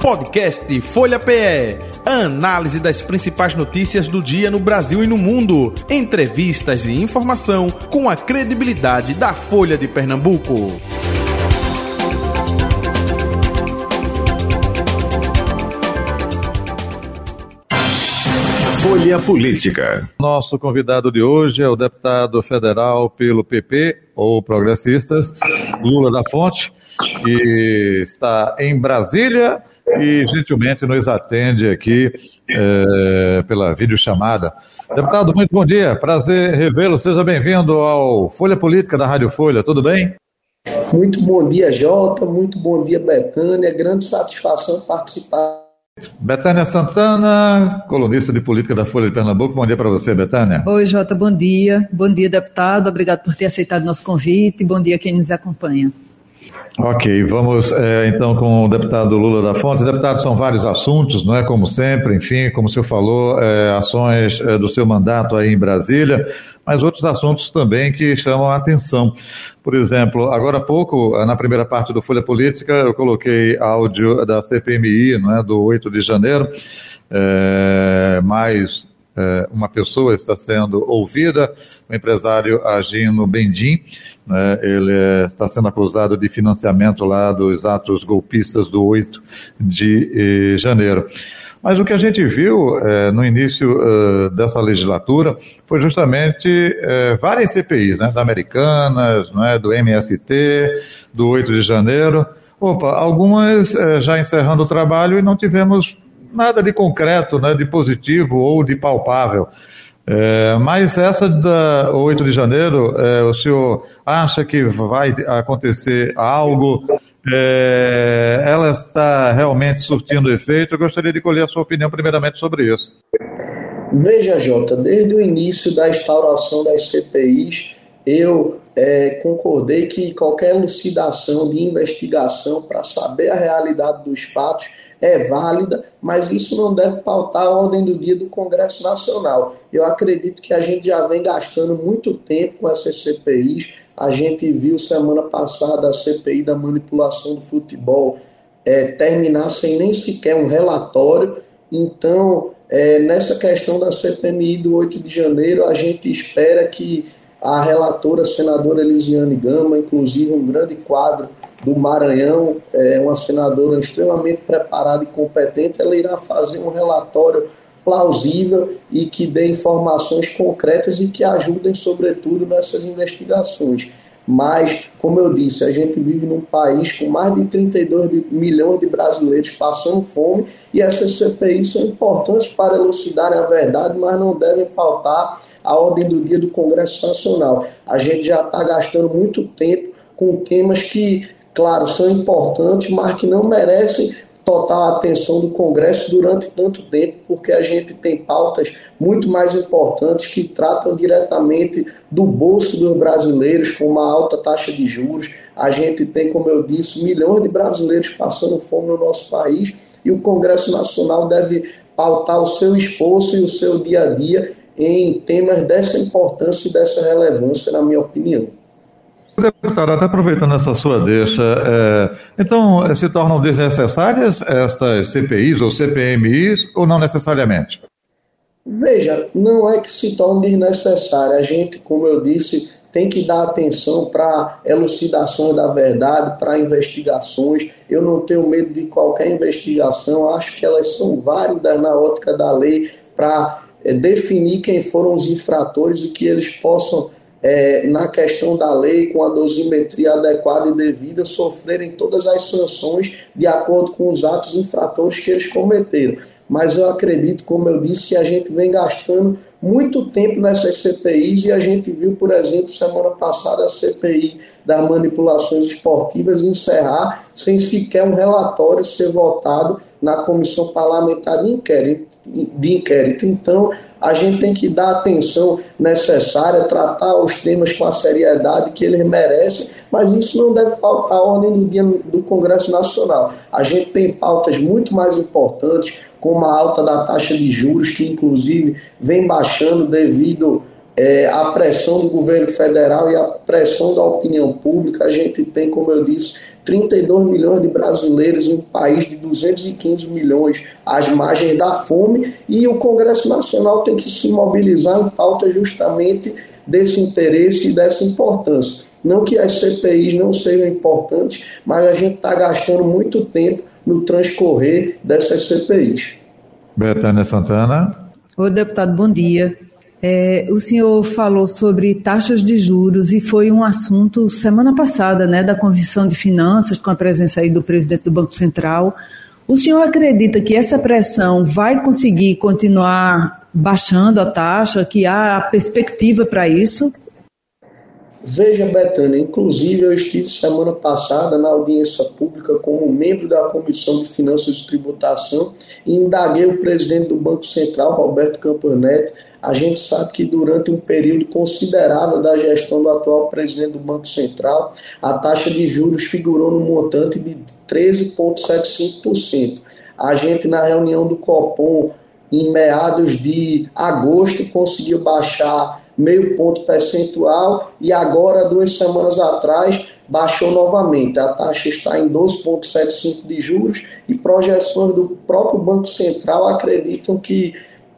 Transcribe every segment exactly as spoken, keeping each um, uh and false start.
Podcast Folha P E. A análise das principais notícias do dia no Brasil e no mundo. Entrevistas e informação com a credibilidade da Folha de Pernambuco. Folha Política. Nosso convidado de hoje é o deputado federal pelo P P, ou Progressistas, Lula da Fonte, que está em Brasília e gentilmente nos atende aqui é, pela videochamada. Deputado, muito bom dia, prazer revê-lo, seja bem-vindo ao Folha Política da Rádio Folha, tudo bem? Muito bom dia, Jota, muito bom dia, Betânia, grande satisfação participar. Betânia Santana, colunista de política da Folha de Pernambuco, bom dia para você, Betânia. Oi, Jota, bom dia, bom dia, deputado, obrigado por ter aceitado nosso convite, bom dia a quem nos acompanha. Ok, vamos é, então com o deputado Lula da Fonte. Deputado, são vários assuntos, não é, como sempre, enfim, como o senhor falou, é, ações é, do seu mandato aí em Brasília, mas outros assuntos também que chamam a atenção. Por exemplo, agora há pouco, na primeira parte do Folha Política, eu coloquei áudio da C P M I, não é, do oito de janeiro, é, mais é, uma pessoa está sendo ouvida, o empresário Agino Bendim, né, ele é, está sendo acusado de financiamento lá dos atos golpistas do oito de janeiro. Mas o que a gente viu eh, no início eh, dessa legislatura foi justamente eh, várias C P Is, né, da Americanas, né, do M S T, do oito de janeiro. Opa, algumas eh, já encerrando o trabalho e não tivemos nada de concreto, né, de positivo ou de palpável. É, mas essa da oito de janeiro, é, o senhor acha que vai acontecer algo? É, ela está realmente surtindo efeito? Eu gostaria de colher a sua opinião primeiramente sobre isso. Veja, Jota, desde o início da instauração das C P Is, eu é, concordei que qualquer elucidação de investigação para saber a realidade dos fatos é válida, mas isso não deve pautar a ordem do dia do Congresso Nacional. Eu acredito que a gente já vem gastando muito tempo com essas C P Is. A gente viu semana passada a C P I da manipulação do futebol é, terminar sem nem sequer um relatório. Então, é, nessa questão da C P M I do oito de janeiro, a gente espera que a relatora, a senadora Elisiane Gama, inclusive um grande quadro do Maranhão, é uma senadora extremamente preparada e competente, ela irá fazer um relatório plausível e que dê informações concretas e que ajudem, sobretudo, nessas investigações. Mas, como eu disse, a gente vive num país com mais de trinta e dois milhões de brasileiros passando fome e essas C P Is são importantes para elucidarem a verdade, mas não devem pautar a ordem do dia do Congresso Nacional. A gente já está gastando muito tempo com temas que, claro, são importantes, mas que não merecem total atenção do Congresso durante tanto tempo, porque a gente tem pautas muito mais importantes que tratam diretamente do bolso dos brasileiros, como a alta taxa de juros. A gente tem, como eu disse, milhões de brasileiros passando fome no nosso país e o Congresso Nacional deve pautar o seu esforço e o seu dia a dia em temas dessa importância e dessa relevância, na minha opinião. Deputado, até aproveitando essa sua deixa, é, então se tornam desnecessárias estas C P Is ou C P M Is ou não necessariamente? Veja, não é que se torne desnecessária. A gente, como eu disse, tem que dar atenção para elucidações da verdade, para investigações. Eu não tenho medo de qualquer investigação, acho que elas são válidas na ótica da lei para é, definir quem foram os infratores e que eles possam, É, na questão da lei, com a dosimetria adequada e devida, sofrerem todas as sanções de acordo com os atos infratores que eles cometeram. Mas eu acredito, como eu disse, que a gente vem gastando muito tempo nessas C P Is e a gente viu, por exemplo, semana passada a C P I das manipulações esportivas encerrar sem sequer um relatório ser votado na Comissão Parlamentar de Inquérito. de inquérito. Então, a gente tem que dar a atenção necessária, tratar os temas com a seriedade que eles merecem, mas isso não deve pautar a ordem do dia do Congresso Nacional. A gente tem pautas muito mais importantes, como a alta da taxa de juros, que inclusive vem baixando devido é, a pressão do governo federal e a pressão da opinião pública. A gente tem, como eu disse, trinta e dois milhões de brasileiros em um país de duzentos e quinze milhões às margens da fome, e o Congresso Nacional tem que se mobilizar em pauta justamente desse interesse e dessa importância. Não que as C P Is não sejam importantes, mas a gente está gastando muito tempo no transcorrer dessas C P Is. Betânia Santana. Oi, deputado, bom dia. É, o senhor falou sobre taxas de juros e foi um assunto semana passada, né, da Comissão de Finanças, com a presença aí do presidente do Banco Central. O senhor acredita que essa pressão vai conseguir continuar baixando a taxa, que há perspectiva para isso? Veja, Betânia, inclusive eu estive semana passada na audiência pública como membro da Comissão de Finanças e Tributação e indaguei o presidente do Banco Central, Roberto Campos Neto. A gente sabe que durante um período considerável da gestão do atual presidente do Banco Central, a taxa de juros figurou no montante de treze vírgula setenta e cinco por cento. A gente, na reunião do Copom, em meados de agosto, conseguiu baixar meio ponto percentual e agora, duas semanas atrás, baixou novamente. A taxa está em doze vírgula setenta e cinco por cento de juros e projeções do próprio Banco Central acreditam que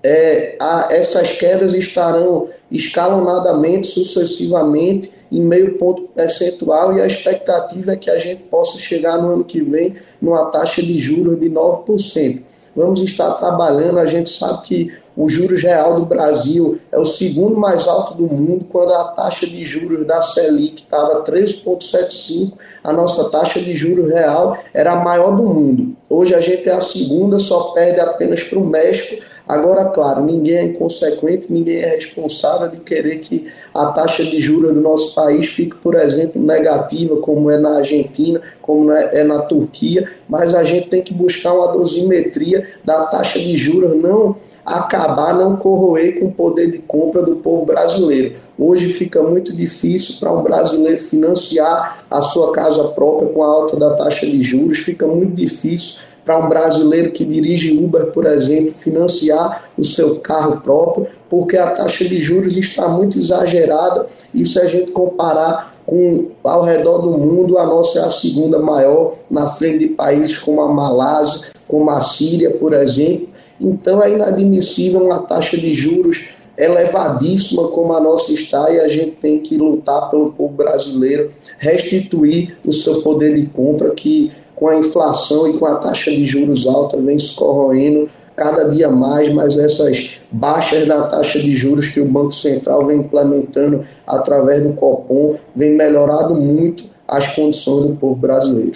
é, a, essas quedas estarão escalonadamente, sucessivamente, em meio ponto percentual, e a expectativa é que a gente possa chegar no ano que vem numa taxa de juros de nove por cento. Vamos estar trabalhando, a gente sabe que o juros real do Brasil é o segundo mais alto do mundo, quando a taxa de juros da Selic estava treze vírgula setenta e cinco por cento, a nossa taxa de juros real era a maior do mundo. Hoje a gente é a segunda, só perde apenas para o México. Agora, claro, ninguém é inconsequente, ninguém é responsável de querer que a taxa de juros do nosso país fique, por exemplo, negativa, como é na Argentina, como é na Turquia, mas a gente tem que buscar uma dosimetria da taxa de juros, não acabar, não corroer com o poder de compra do povo brasileiro. Hoje fica muito difícil para um brasileiro financiar a sua casa própria com a alta da taxa de juros, fica muito difícil para um brasileiro que dirige Uber, por exemplo, financiar o seu carro próprio, porque a taxa de juros está muito exagerada, e se a gente comparar com ao redor do mundo, a nossa é a segunda maior, na frente de países como a Malásia, como a Síria, por exemplo. Então é inadmissível uma taxa de juros elevadíssima como a nossa está, e a gente tem que lutar pelo povo brasileiro, restituir o seu poder de compra, que com a inflação e com a taxa de juros alta vem se corroendo cada dia mais, mas essas baixas da taxa de juros que o Banco Central vem implementando através do Copom vem melhorado muito as condições do povo brasileiro.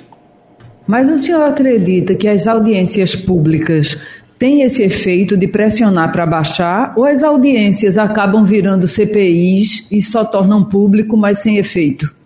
Mas o senhor acredita que as audiências públicas têm esse efeito de pressionar para baixar, ou as audiências acabam virando C P Is e só tornam público, mas sem efeito?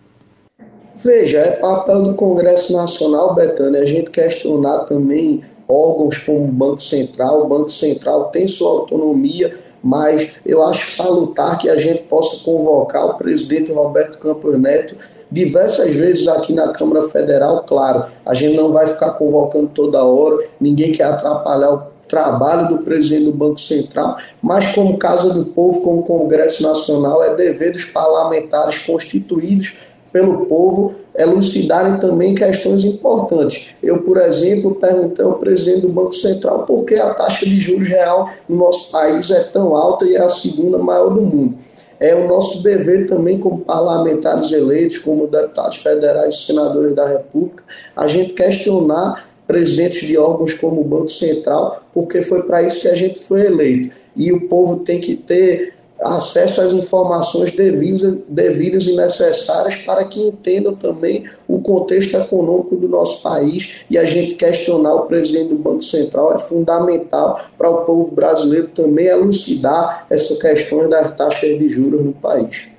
Veja, é papel do Congresso Nacional, Betânia, a gente questionar também órgãos como o Banco Central. O Banco Central tem sua autonomia, mas eu acho salutar que a gente possa convocar o presidente Roberto Campos Neto diversas vezes aqui na Câmara Federal. Claro, a gente não vai ficar convocando toda hora, ninguém quer atrapalhar o trabalho do presidente do Banco Central, mas como Casa do Povo, como Congresso Nacional, é dever dos parlamentares constituídos pelo povo elucidarem também questões importantes. Eu, por exemplo, perguntei ao presidente do Banco Central por que a taxa de juros real no nosso país é tão alta e é a segunda maior do mundo. É o nosso dever também, como parlamentares eleitos, como deputados federais e senadores da República, a gente questionar presidentes de órgãos como o Banco Central, porque foi para isso que a gente foi eleito. E o povo tem que ter acesso às informações devidas, devidas e necessárias para que entendam também o contexto econômico do nosso país, e a gente questionar o presidente do Banco Central é fundamental para o povo brasileiro também elucidar essa questão das taxas de juros no país.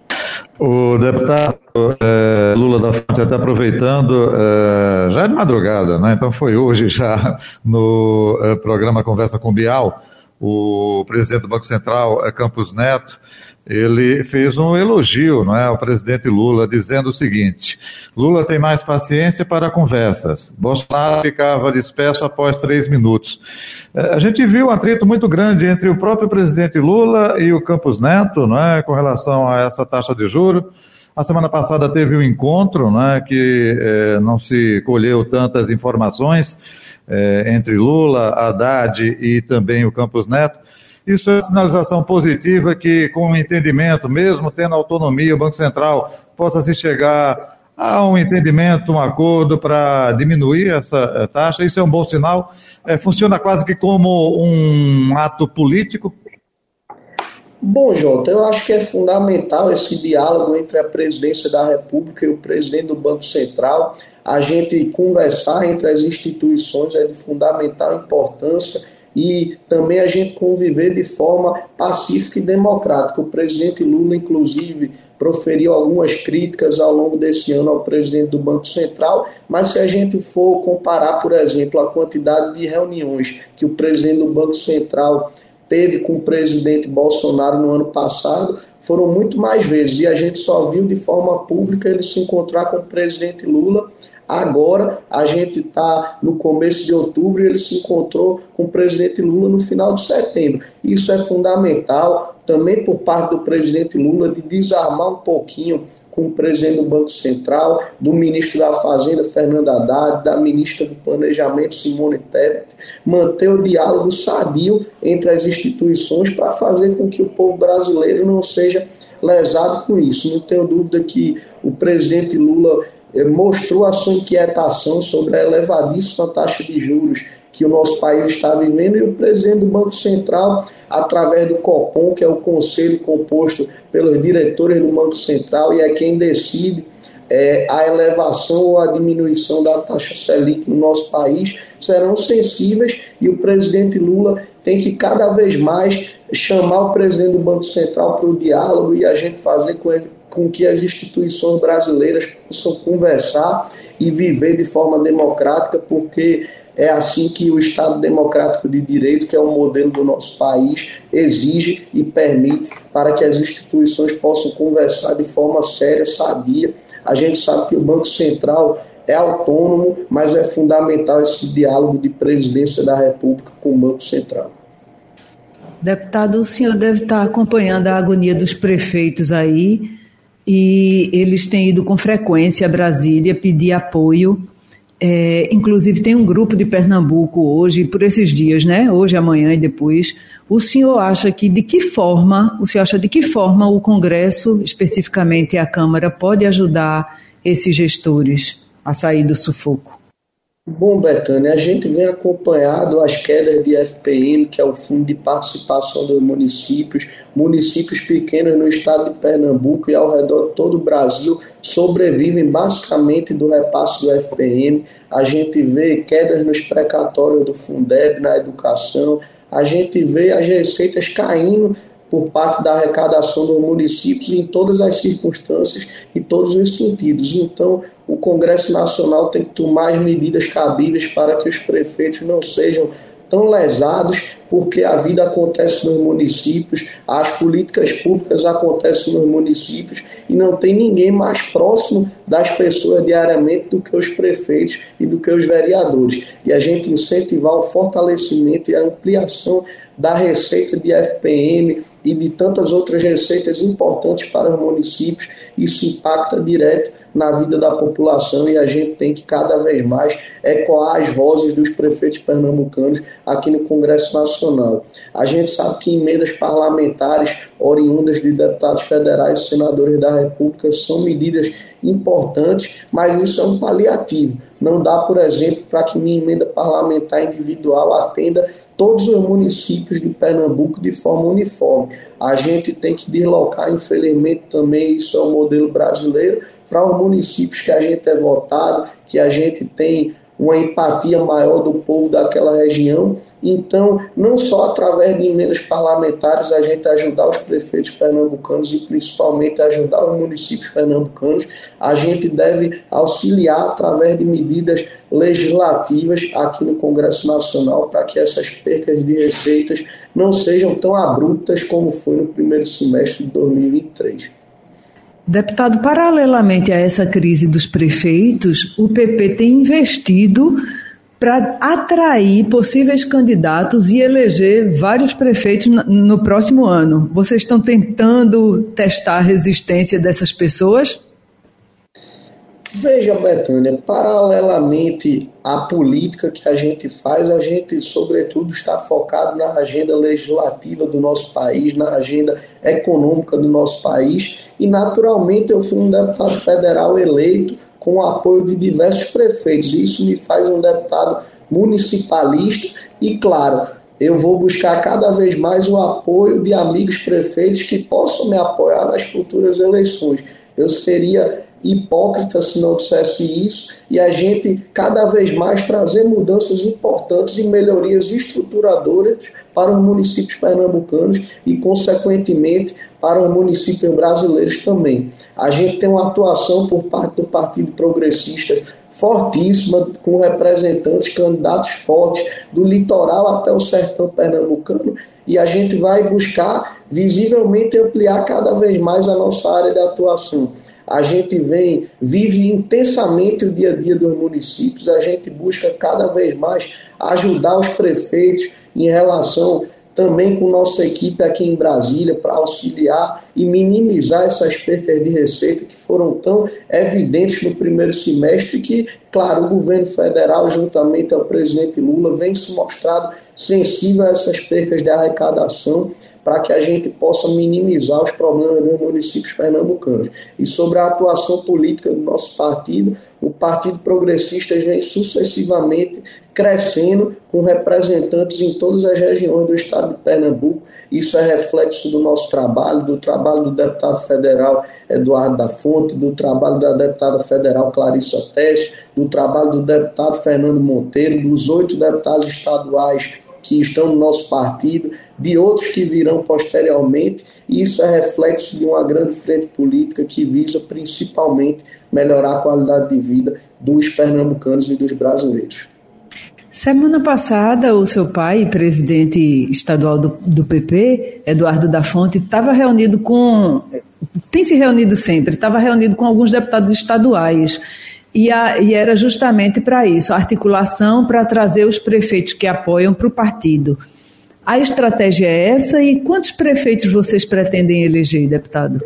O deputado é, Lula da Fonte está aproveitando, é, já é de madrugada, né? Então foi hoje já no é, programa Conversa com Bial, o presidente do Banco Central, Campos Neto, ele fez um elogio, não é, ao presidente Lula, dizendo o seguinte: Lula tem mais paciência para conversas. Bolsonaro ficava disperso após três minutos. A gente viu um atrito muito grande entre o próprio presidente Lula e o Campos Neto, não é, com relação a essa taxa de juros. A semana passada teve um encontro, né, que eh, não se colheu tantas informações eh, entre Lula, Haddad e também o Campos Neto. Isso é uma sinalização positiva que, com o entendimento, mesmo tendo autonomia, o Banco Central possa se chegar a um entendimento, um acordo para diminuir essa taxa. Isso é um bom sinal. É, funciona quase que como um ato político. Bom, Jota, eu acho que é fundamental esse diálogo entre a presidência da República e o presidente do Banco Central. A gente conversar entre as instituições é de fundamental importância e também a gente conviver de forma pacífica e democrática. O presidente Lula, inclusive, proferiu algumas críticas ao longo desse ano ao presidente do Banco Central, mas se a gente for comparar, por exemplo, a quantidade de reuniões que o presidente do Banco Central teve com o presidente Bolsonaro no ano passado, foram muito mais vezes, e a gente só viu de forma pública ele se encontrar com o presidente Lula. Agora, a gente está no começo de outubro e ele se encontrou com o presidente Lula no final de setembro. Isso é fundamental, também por parte do presidente Lula, de desarmar um pouquinho com o presidente do Banco Central, do ministro da Fazenda, Fernando Haddad, da ministra do Planejamento, Simone Tebet, manter o diálogo sadio entre as instituições para fazer com que o povo brasileiro não seja lesado com isso. Não tenho dúvida que o presidente Lula mostrou a sua inquietação sobre a elevadíssima taxa de juros que o nosso país está vivendo, e o presidente do Banco Central, através do Copom, que é o conselho composto pelos diretores do Banco Central e é quem decide é, a elevação ou a diminuição da taxa Selic no nosso país, serão sensíveis, e o presidente Lula tem que cada vez mais chamar o presidente do Banco Central para o diálogo e a gente fazer com ele com que as instituições brasileiras possam conversar e viver de forma democrática, porque é assim que o Estado Democrático de Direito, que é o modelo do nosso país, exige e permite para que as instituições possam conversar de forma séria, sadia. A gente sabe que o Banco Central é autônomo, mas é fundamental esse diálogo de presidência da República com o Banco Central. Deputado, o senhor deve estar acompanhando a agonia dos prefeitos aí, e eles têm ido com frequência a Brasília pedir apoio. É, inclusive tem um grupo de Pernambuco hoje, por esses dias, né? Hoje, amanhã e depois. O senhor acha que de que forma, o senhor acha de que forma o Congresso, especificamente a Câmara, pode ajudar esses gestores a sair do sufoco? Bom, Betânia, a gente vem acompanhado as quedas de F P M, que é o Fundo de Participação dos Municípios. Municípios pequenos no estado de Pernambuco e ao redor de todo o Brasil sobrevivem basicamente do repasse do F P M. A gente vê quedas nos precatórios do Fundeb, na educação. A gente vê as receitas caindo por parte da arrecadação dos municípios em todas as circunstâncias e todos os sentidos. Então, o Congresso Nacional tem que tomar as medidas cabíveis para que os prefeitos não sejam tão lesados, porque a vida acontece nos municípios, as políticas públicas acontecem nos municípios e não tem ninguém mais próximo das pessoas diariamente do que os prefeitos e do que os vereadores. E a gente incentivar o fortalecimento e a ampliação da receita de F P M e de tantas outras receitas importantes para os municípios, isso impacta direto na vida da população e a gente tem que cada vez mais ecoar as vozes dos prefeitos pernambucanos aqui no Congresso Nacional. A gente sabe que emendas parlamentares oriundas de deputados federais e senadores da República são medidas importantes, mas isso é um paliativo. Não dá, por exemplo, para que minha emenda parlamentar individual atenda todos os municípios de Pernambuco de forma uniforme. A gente tem que deslocar, infelizmente também isso é o modelo brasileiro, para os municípios que a gente é votado, que a gente tem uma empatia maior do povo daquela região, Então, não só através de emendas parlamentares a gente ajudar os prefeitos pernambucanos e principalmente ajudar os municípios pernambucanos, a gente deve auxiliar através de medidas legislativas aqui no Congresso Nacional para que essas percas de receitas não sejam tão abruptas como foi no primeiro semestre de dois mil e vinte e três. Deputado, paralelamente a essa crise dos prefeitos, o P P tem investido para atrair possíveis candidatos e eleger vários prefeitos no próximo ano. Vocês estão tentando testar a resistência dessas pessoas? Veja, Betânia, paralelamente à política que a gente faz, a gente, sobretudo, está focado na agenda legislativa do nosso país, na agenda econômica do nosso país e, naturalmente, eu fui um deputado federal eleito com o apoio de diversos prefeitos. Isso me faz um deputado municipalista e, claro, eu vou buscar cada vez mais o apoio de amigos prefeitos que possam me apoiar nas futuras eleições. Eu seria hipócrita se não dissesse isso e a gente cada vez mais trazer mudanças importantes e melhorias estruturadoras para os municípios pernambucanos e, consequentemente, para os municípios brasileiros também. A gente tem uma atuação por parte do Partido Progressista fortíssima, com representantes, candidatos fortes do litoral até o sertão pernambucano, e a gente vai buscar visivelmente ampliar cada vez mais a nossa área de atuação. A gente vem, vive intensamente o dia a dia dos municípios, a gente busca cada vez mais ajudar os prefeitos em relação também com nossa equipe aqui em Brasília para auxiliar e minimizar essas percas de receita que foram tão evidentes no primeiro semestre e que, claro, o governo federal, juntamente ao presidente Lula, vem se mostrado sensível a essas percas de arrecadação para que a gente possa minimizar os problemas dos municípios pernambucanos. E sobre a atuação política do nosso partido, o Partido Progressista vem sucessivamente crescendo com representantes em todas as regiões do estado de Pernambuco. Isso é reflexo do nosso trabalho, do trabalho do deputado federal Eduardo da Fonte, do trabalho da deputada federal Clarissa Teste, do trabalho do deputado Fernando Monteiro, dos oito deputados estaduais que estão no nosso partido, de outros que virão posteriormente, e isso é reflexo de uma grande frente política que visa principalmente melhorar a qualidade de vida dos pernambucanos e dos brasileiros. Semana passada, o seu pai, presidente estadual do, do P P, Eduardo da Fonte, estava reunido com, tem se reunido sempre, estava reunido com alguns deputados estaduais, e, a, e era justamente para isso, a articulação para trazer os prefeitos que apoiam para o partido. A estratégia é essa e quantos prefeitos vocês pretendem eleger, deputado?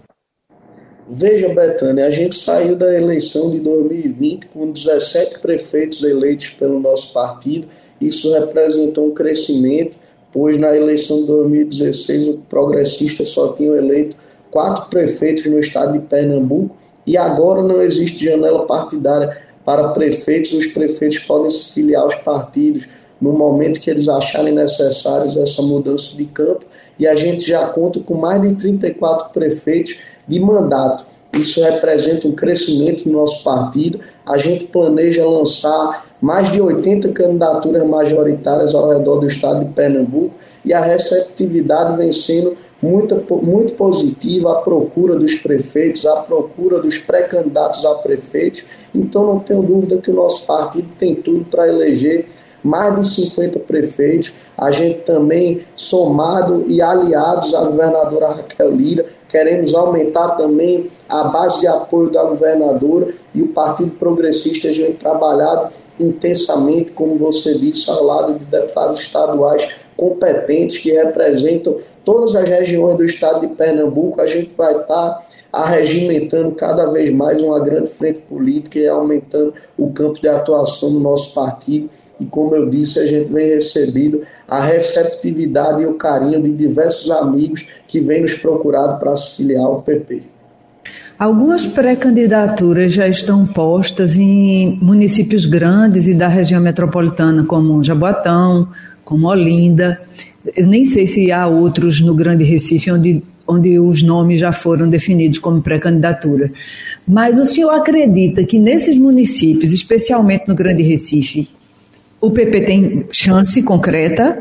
Veja, Betânia, a gente saiu da eleição de dois mil e vinte com dezessete prefeitos eleitos pelo nosso partido. Isso representou um crescimento, pois na eleição de dois mil e dezesseis o progressista só tinha eleito quatro prefeitos no estado de Pernambuco e agora não existe janela partidária para prefeitos. Os prefeitos podem se filiar aos partidos no momento que eles acharem necessários essa mudança de campo, e a gente já conta com mais de trinta e quatro prefeitos de mandato. Isso representa um crescimento no nosso partido. A gente planeja lançar mais de oitenta candidaturas majoritárias ao redor do estado de Pernambuco e a receptividade vem sendo muito, muito positiva, a procura dos prefeitos, a procura dos pré-candidatos a prefeitos. Então não tenho dúvida que o nosso partido tem tudo para eleger mais de cinquenta prefeitos. A gente também, somado e aliados à governadora Raquel Lira, queremos aumentar também a base de apoio da governadora, e o Partido Progressista vem trabalhado intensamente, como você disse, ao lado de deputados estaduais competentes que representam todas as regiões do estado de Pernambuco. A gente vai estar arregimentando cada vez mais uma grande frente política e aumentando o campo de atuação do nosso partido. E como eu disse, a gente vem recebido a receptividade e o carinho de diversos amigos que vêm nos procurado para se filiar ao P P. Algumas pré-candidaturas já estão postas em municípios grandes e da região metropolitana, como Jaboatão, como Olinda. Eu nem sei se há outros no Grande Recife, onde, onde os nomes já foram definidos como pré-candidatura. Mas o senhor acredita que nesses municípios, especialmente no Grande Recife, O P P tem chance concreta?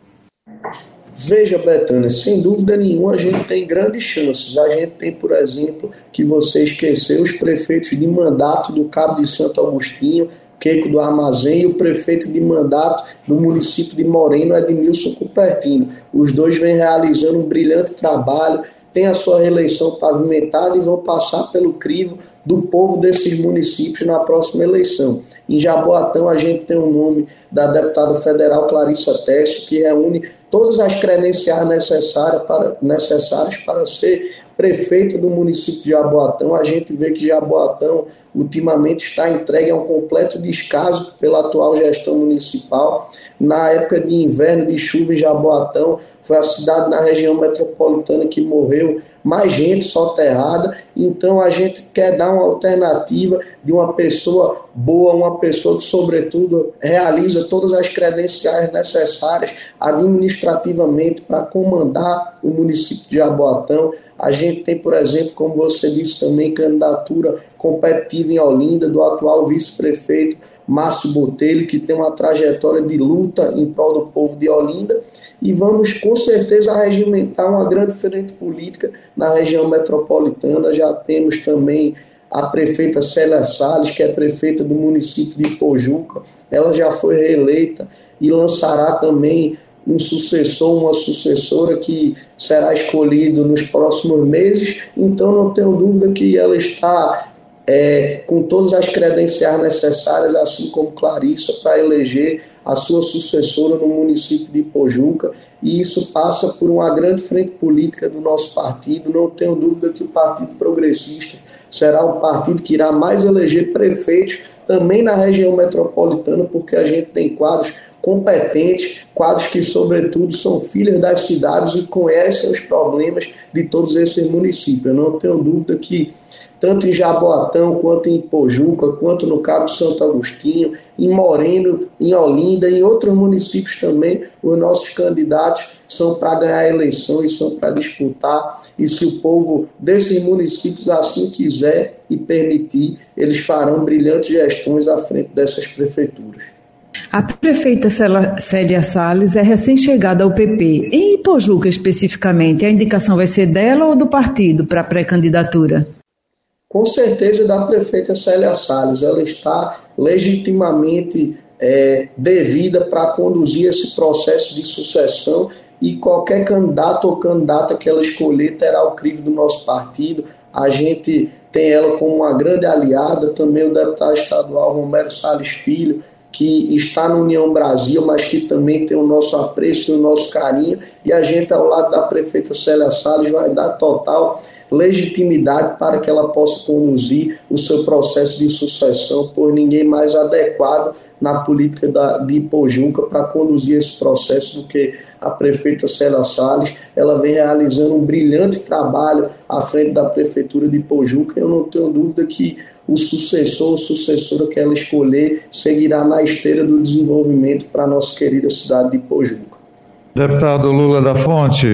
Veja, Betânia, sem dúvida nenhuma a gente tem grandes chances. A gente tem, por exemplo, que você esqueceu, os prefeitos de mandato do Cabo de Santo Agostinho, Queico do Armazém, e o prefeito de mandato do município de Moreno, Edmilson Cupertino. Os dois vêm realizando um brilhante trabalho, têm a sua reeleição pavimentada e vão passar pelo crivo do povo desses municípios na próxima eleição. Em Jaboatão, a gente tem o nome da deputada federal Clarissa Tessio, que reúne todas as credenciais necessárias para, necessárias para ser prefeito do município de Jaboatão. A gente vê que Jaboatão, ultimamente, está entregue a um completo descaso pela atual gestão municipal. Na época de inverno, de chuva em Jaboatão, foi a cidade na região metropolitana que morreu mais gente soterrada. Então a gente quer dar uma alternativa de uma pessoa boa, uma pessoa que, sobretudo, realiza todas as credenciais necessárias administrativamente para comandar o município de Jaboatão. A gente tem, por exemplo, como você disse também, candidatura competitiva em Olinda do atual vice-prefeito Márcio Botelho, que tem uma trajetória de luta em prol do povo de Olinda, e vamos com certeza regimentar uma grande frente política na região metropolitana. Já temos também a prefeita Célia Salles, que é prefeita do município de Ipojuca. Ela já foi reeleita e lançará também um sucessor, uma sucessora que será escolhido nos próximos meses. Então não tenho dúvida que ela está É, com todas as credenciais necessárias, assim como Clarissa, para eleger a sua sucessora no município de Ipojuca, e isso passa por uma grande frente política do nosso partido. Não tenho dúvida que o Partido Progressista será o partido que irá mais eleger prefeitos também na região metropolitana, porque a gente tem quadros competentes, quadros que, sobretudo, são filhos das cidades e conhecem os problemas de todos esses municípios. Eu não tenho dúvida que tanto em Jaboatão, quanto em Ipojuca, quanto no Cabo de Santo Agostinho, em Moreno, em Olinda e em outros municípios também, os nossos candidatos são para ganhar a eleição e são para disputar. E se o povo desses municípios assim quiser e permitir, eles farão brilhantes gestões à frente dessas prefeituras. A prefeita Célia Salles é recém-chegada ao P P. Em Ipojuca, especificamente, a indicação vai ser dela ou do partido para a pré-candidatura? Com certeza da prefeita Célia Salles. Ela está legitimamente é, devida para conduzir esse processo de sucessão, e qualquer candidato ou candidata que ela escolher terá o crivo do nosso partido. A gente tem ela como uma grande aliada, também o deputado estadual Romero Salles Filho, que está no União Brasil, mas que também tem o nosso apreço e o nosso carinho, e a gente, ao lado da prefeita Célia Salles, vai dar total legitimidade para que ela possa conduzir o seu processo de sucessão, por ninguém mais adequado na política da, de Ipojuca para conduzir esse processo do que a prefeita Célia Salles. Ela vem realizando um brilhante trabalho à frente da prefeitura de Ipojuca. Eu não tenho dúvida que o sucessor ou sucessora que ela escolher seguirá na esteira do desenvolvimento para a nossa querida cidade de Ipojuca. Deputado Lula da Fonte,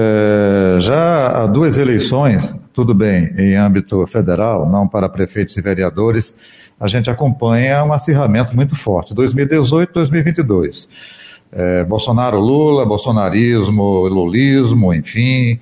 é, já há duas eleições, tudo bem, em âmbito federal, não para prefeitos e vereadores, a gente acompanha um acirramento muito forte, dois mil e dezoito, dois mil e vinte e dois. É, Bolsonaro-Lula, bolsonarismo, lulismo, enfim.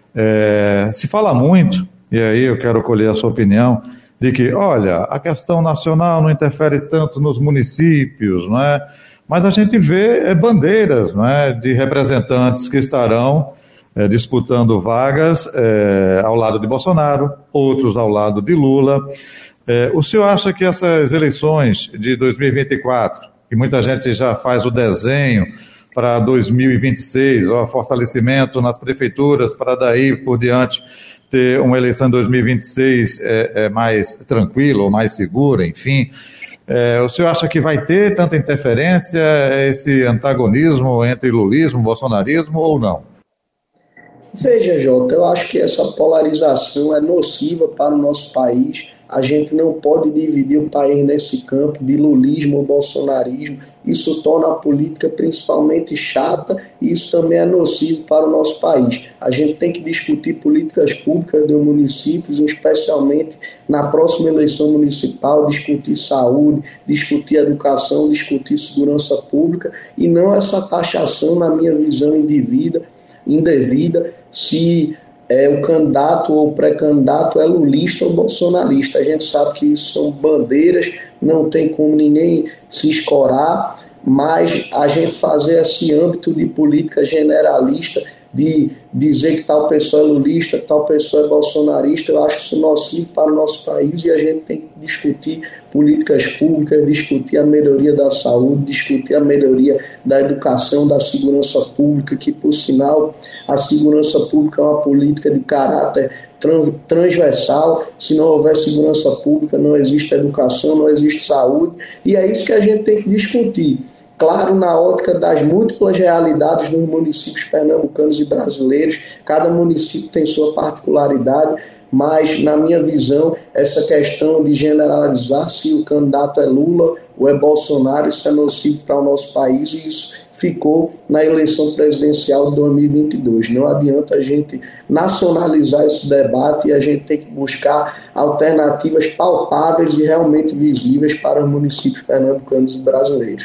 É, se fala muito, e aí eu quero colher a sua opinião, de que, olha, a questão nacional não interfere tanto nos municípios, não é? Mas a gente vê é, bandeiras, não é, de representantes que estarão é, disputando vagas é, ao lado de Bolsonaro, outros ao lado de Lula. É, o senhor acha que essas eleições de dois mil e vinte e quatro, que muita gente já faz o desenho para dois mil e vinte e seis, o fortalecimento nas prefeituras para daí por diante ter uma eleição em dois mil e vinte e seis é, é mais tranquila ou mais segura, enfim... É, o senhor acha que vai ter tanta interferência, esse antagonismo entre lulismo e bolsonarismo ou não? Veja, Jota, eu acho que essa polarização é nociva para o nosso país. A gente não pode dividir o país nesse campo de lulismo ou bolsonarismo. Isso torna a política principalmente chata e isso também é nocivo para o nosso país. A gente tem que discutir políticas públicas dos municípios, especialmente na próxima eleição municipal, discutir saúde, discutir educação, discutir segurança pública e não essa taxação, na minha visão, indevida, indevida se é, o candidato ou o pré-candidato é lulista ou bolsonarista. A gente sabe que isso são bandeiras, não tem como ninguém se escorar, mas a gente fazer esse âmbito de política generalista, de dizer que tal pessoa é lulista, tal pessoa é bolsonarista, eu acho isso nocivo para o nosso país e a gente tem que discutir políticas públicas, discutir a melhoria da saúde, discutir a melhoria da educação, da segurança pública, que, por sinal, a segurança pública é uma política de caráter transversal. Se não houver segurança pública, não existe educação, não existe saúde, e é isso que a gente tem que discutir. Claro, na ótica das múltiplas realidades nos municípios pernambucanos e brasileiros, cada município tem sua particularidade, mas, na minha visão, essa questão de generalizar se o candidato é Lula ou é Bolsonaro, isso é nocivo para o nosso país e isso ficou na eleição presidencial de dois mil e vinte e dois. Não adianta a gente nacionalizar esse debate e a gente tem que buscar alternativas palpáveis e realmente visíveis para os municípios pernambucanos e brasileiros.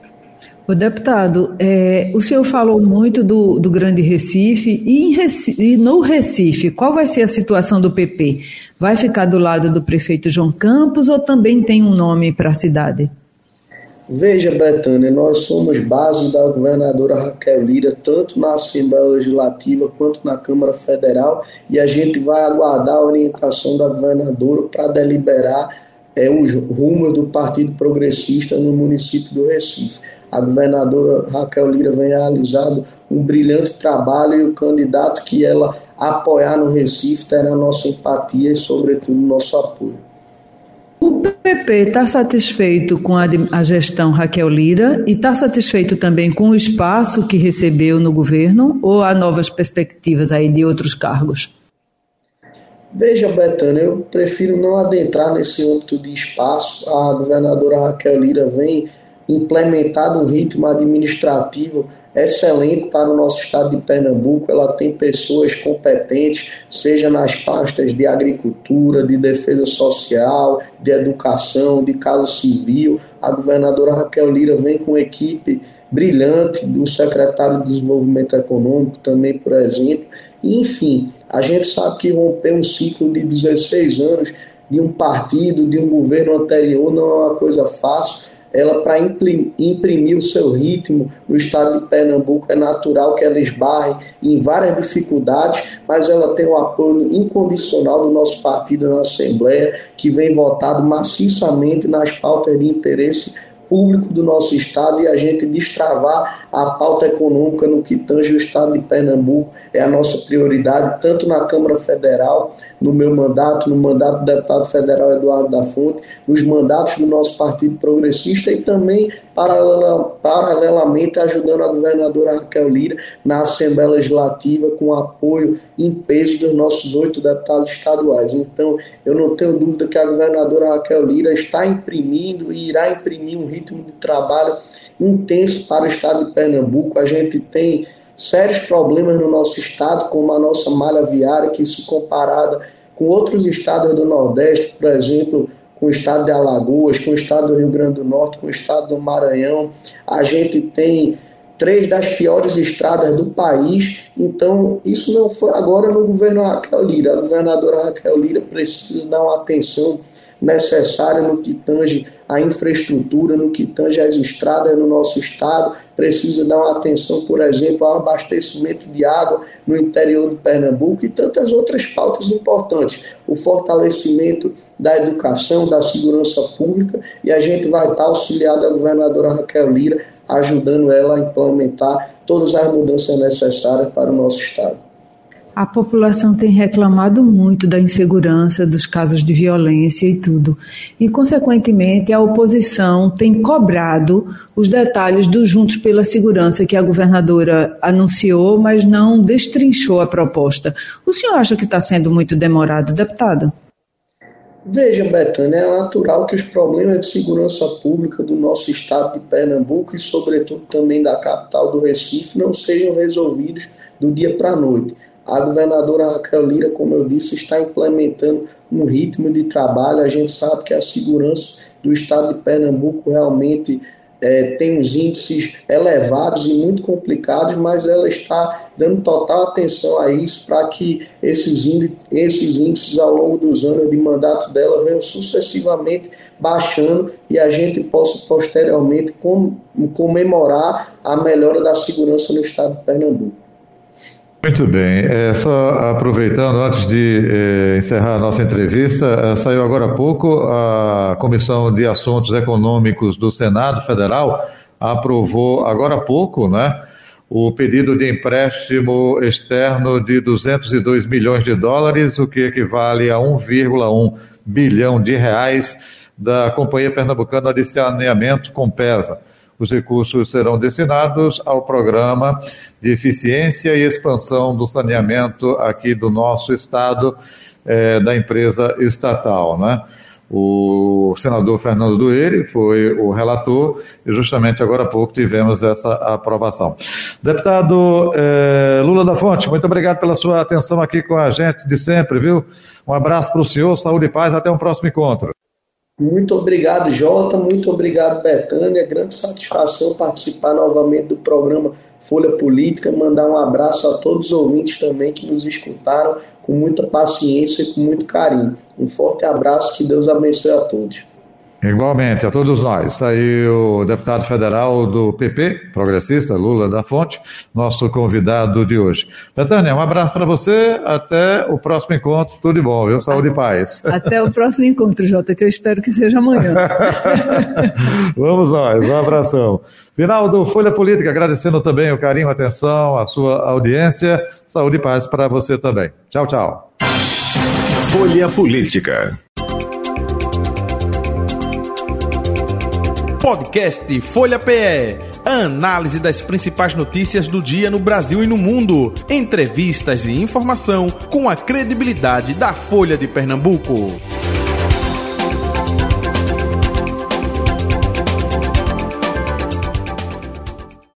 O deputado, é, o senhor falou muito do, do Grande Recife e, em Recife e no Recife, qual vai ser a situação do P P? Vai ficar do lado do prefeito João Campos ou também tem um nome para a cidade? Veja, Betânia, nós somos base da governadora Raquel Lira, tanto na Assembleia Legislativa quanto na Câmara Federal, e a gente vai aguardar a orientação da governadora para deliberar é, os rumos do Partido Progressista no município do Recife. A governadora Raquel Lira vem realizando um brilhante trabalho e o candidato que ela apoiar no Recife terá nossa empatia e, sobretudo, nosso apoio. O P P está satisfeito com a, a gestão Raquel Lira e está satisfeito também com o espaço que recebeu no governo ou há novas perspectivas aí de outros cargos? Veja, Betânia, eu prefiro não adentrar nesse âmbito de espaço. A governadora Raquel Lira vem implementado um ritmo administrativo excelente para o nosso estado de Pernambuco. Ela tem pessoas competentes, seja nas pastas de agricultura, de defesa social, de educação, de casa civil. A governadora Raquel Lira vem com uma equipe brilhante do secretário de Desenvolvimento Econômico também, por exemplo. Enfim, a gente sabe que romper um ciclo de dezesseis anos de um partido, de um governo anterior, não é uma coisa fácil. Ela, para imprimir o seu ritmo no estado de Pernambuco, é natural que ela esbarre em várias dificuldades, mas ela tem o apoio incondicional do nosso partido na Assembleia, que vem votado maciçamente nas pautas de interesse público do nosso estado, e a gente destravar a pauta econômica no que tange o estado de Pernambuco é a nossa prioridade, tanto na Câmara Federal, no meu mandato, no mandato do deputado federal Eduardo da Fonte, nos mandatos do nosso Partido Progressista e também paralela, paralelamente ajudando a governadora Raquel Lira na Assembleia Legislativa com apoio em peso dos nossos oito deputados estaduais. Então, eu não tenho dúvida que a governadora Raquel Lira está imprimindo e irá imprimir um ritmo de trabalho intenso para o estado de Pernambuco. A gente tem sérios problemas no nosso estado, como a nossa malha viária, que, se comparada com outros estados do Nordeste, por exemplo, com o estado de Alagoas, com o estado do Rio Grande do Norte, com o estado do Maranhão, a gente tem três das piores estradas do país. Então, isso não foi agora no governo Raquel Lira. A governadora Raquel Lira precisa dar uma atenção necessária no que tange a infraestrutura, no que tange as estradas no nosso estado, precisa dar uma atenção, por exemplo, ao abastecimento de água no interior do Pernambuco e tantas outras pautas importantes, o fortalecimento da educação, da segurança pública, e a gente vai estar auxiliado da governadora Raquel Lira, ajudando ela a implementar todas as mudanças necessárias para o nosso estado. A população tem reclamado muito da insegurança, dos casos de violência e tudo. E, consequentemente, a oposição tem cobrado os detalhes do Juntos pela Segurança, que a governadora anunciou, mas não destrinchou a proposta. O senhor acha que está sendo muito demorado, deputado? Veja, Betânia, é natural que os problemas de segurança pública do nosso estado de Pernambuco e, sobretudo, também da capital do Recife não sejam resolvidos do dia para a noite. A governadora Raquel Lira, como eu disse, está implementando um ritmo de trabalho. A gente sabe que a segurança do estado de Pernambuco realmente é, tem uns índices elevados e muito complicados, mas ela está dando total atenção a isso para que esses índices, esses índices ao longo dos anos de mandato dela venham sucessivamente baixando e a gente possa posteriormente com, comemorar a melhora da segurança no estado de Pernambuco. Muito bem, é, só aproveitando, antes de é, encerrar a nossa entrevista, é, saiu agora há pouco a Comissão de Assuntos Econômicos do Senado Federal, aprovou agora há pouco, né, o pedido de empréstimo externo de duzentos e dois milhões de dólares, o que equivale a um vírgula um bilhão de reais da Companhia Pernambucana de Saneamento, Compesa. Os recursos serão destinados ao programa de eficiência e expansão do saneamento aqui do nosso estado, eh, da empresa estatal, né? O senador Fernando Dueire foi o relator e justamente agora há pouco tivemos essa aprovação. Deputado eh, Lula da Fonte, muito obrigado pela sua atenção aqui com a gente de sempre, viu? Um abraço para o senhor, saúde e paz, até um próximo encontro. Muito obrigado, Jota. Muito obrigado, Betânia. Grande satisfação participar novamente do programa Folha Política. Mandar um abraço a todos os ouvintes também que nos escutaram com muita paciência e com muito carinho. Um forte abraço, que Deus abençoe a todos. Igualmente, a todos nós. Está aí o deputado federal do P P, progressista, Lula da Fonte, nosso convidado de hoje. Betânia, um abraço para você, até o próximo encontro, tudo de bom, viu? Saúde e paz. Até o próximo encontro, Jota, que eu espero que seja amanhã. Vamos nós, um abração. Final do Folha Política, agradecendo também o carinho, a atenção, a sua audiência. Saúde e paz para você também. Tchau, tchau. Folha Política. Podcast Folha P E. A análise das principais notícias do dia no Brasil e no mundo. Entrevistas e informação com a credibilidade da Folha de Pernambuco.